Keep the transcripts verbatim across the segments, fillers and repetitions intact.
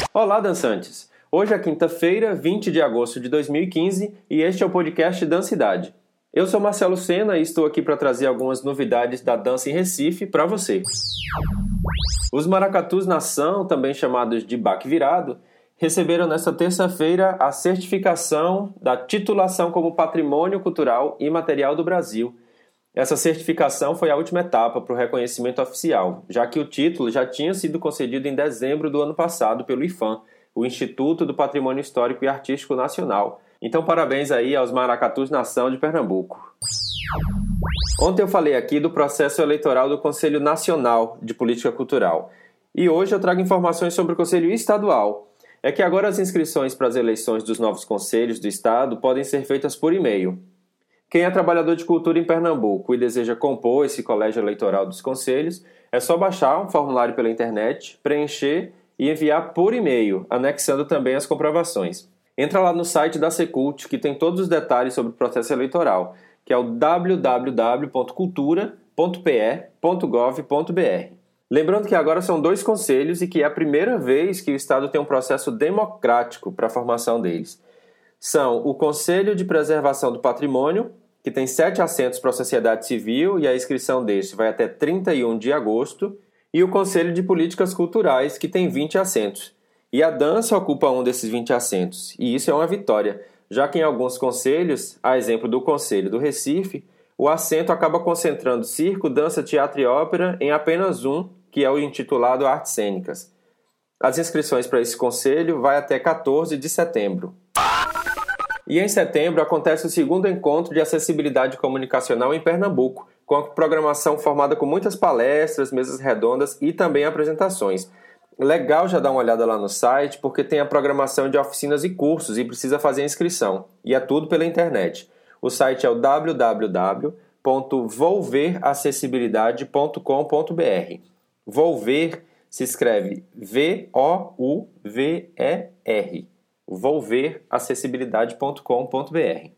Olá, dançantes! Hoje é quinta-feira, vinte de agosto de dois mil e quinze, e este é o podcast Dancidade. Eu sou Marcelo Sena e estou aqui para trazer algumas novidades da dança em Recife para você. Os Maracatus Nação, também chamados de Baque Virado, receberam nesta terça-feira a certificação da titulação como Patrimônio Cultural Imaterial do Brasil. Essa certificação foi a última etapa para o reconhecimento oficial, já que o título já tinha sido concedido em dezembro do ano passado pelo IPHAN, o Instituto do Patrimônio Histórico e Artístico Nacional. Então, parabéns aí aos Maracatus Nação de Pernambuco. Ontem eu falei aqui do processo eleitoral do Conselho Nacional de Política Cultural. E hoje eu trago informações sobre o Conselho Estadual. É que agora as inscrições para as eleições dos novos conselhos do Estado podem ser feitas por e-mail. Quem é trabalhador de cultura em Pernambuco e deseja compor esse colégio eleitoral dos conselhos, é só baixar um formulário pela internet, preencher e enviar por e-mail, anexando também as comprovações. Entra lá no site da Secult, que tem todos os detalhes sobre o processo eleitoral, que é o w w w ponto cultura ponto p e ponto gov ponto b r. Lembrando que agora são dois conselhos e que é a primeira vez que o Estado tem um processo democrático para a formação deles. São o Conselho de Preservação do Patrimônio, que tem sete assentos para a sociedade civil e a inscrição deste vai até trinta e um de agosto, e o Conselho de Políticas Culturais, que tem vinte assentos. E a dança ocupa um desses vinte assentos, e isso é uma vitória, já que em alguns conselhos, a exemplo do Conselho do Recife, o assento acaba concentrando circo, dança, teatro e ópera em apenas um, que é o intitulado Artes Cênicas. As inscrições para esse conselho vai até quatorze de setembro. E em setembro acontece o segundo encontro de acessibilidade comunicacional em Pernambuco, com a programação formada com muitas palestras, mesas redondas e também apresentações. Legal já dar uma olhada lá no site, porque tem a programação de oficinas e cursos e precisa fazer a inscrição. E é tudo pela internet. O site é o w w w ponto volver acessibilidade ponto com ponto b r. Volver se escreve V O U V E R. volver acessibilidade ponto com ponto b r.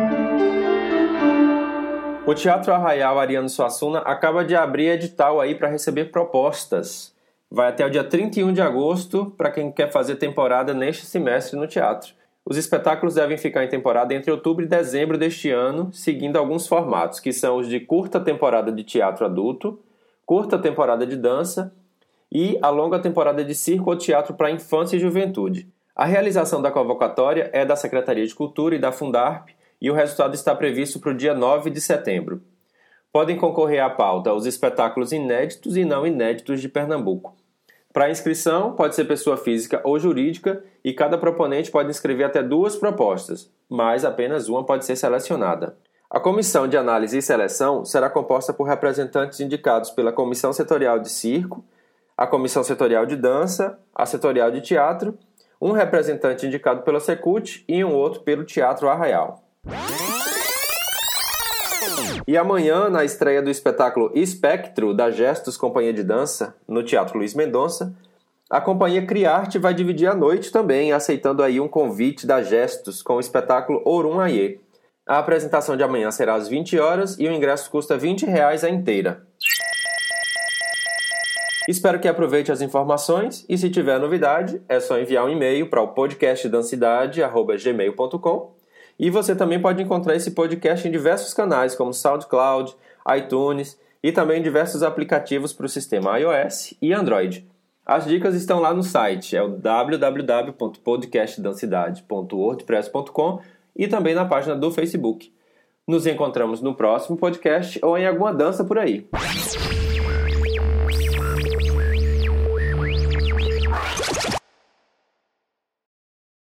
O Teatro Arraial Ariano Suassuna acaba de abrir edital aí para receber propostas. Vai até o dia trinta e um de agosto para quem quer fazer temporada neste semestre no teatro. Os espetáculos devem ficar em temporada entre outubro e dezembro deste ano, seguindo alguns formatos, que são os de curta temporada de teatro adulto, curta temporada de dança e a longa temporada de circo ou teatro para infância e juventude. A realização da convocatória é da Secretaria de Cultura e da Fundarp e o resultado está previsto para o dia nove de setembro. Podem concorrer à pauta os espetáculos inéditos e não inéditos de Pernambuco. Para inscrição, pode ser pessoa física ou jurídica e cada proponente pode inscrever até duas propostas, mas apenas uma pode ser selecionada. A comissão de análise e seleção será composta por representantes indicados pela Comissão Setorial de Circo, a Comissão Setorial de Dança, a Setorial de Teatro, um representante indicado pela Secult e um outro pelo Teatro Arraial. E amanhã, na estreia do espetáculo Espectro, da Gestos Companhia de Dança, no Teatro Luiz Mendonça, a companhia Criarte vai dividir a noite também, aceitando aí um convite da Gestos com o espetáculo Orum Aie. A apresentação de amanhã será às vinte horas e o ingresso custa vinte reais a inteira. Espero que aproveite as informações e se tiver novidade, é só enviar um e-mail para o podcast dancidade arroba gmail ponto com. E você também pode encontrar esse podcast em diversos canais, como SoundCloud, iTunes e também diversos aplicativos para o sistema iOS e Android. As dicas estão lá no site, é o w w w ponto podcast dancidade ponto wordpress ponto com e também na página do Facebook. Nos encontramos no próximo podcast ou em alguma dança por aí.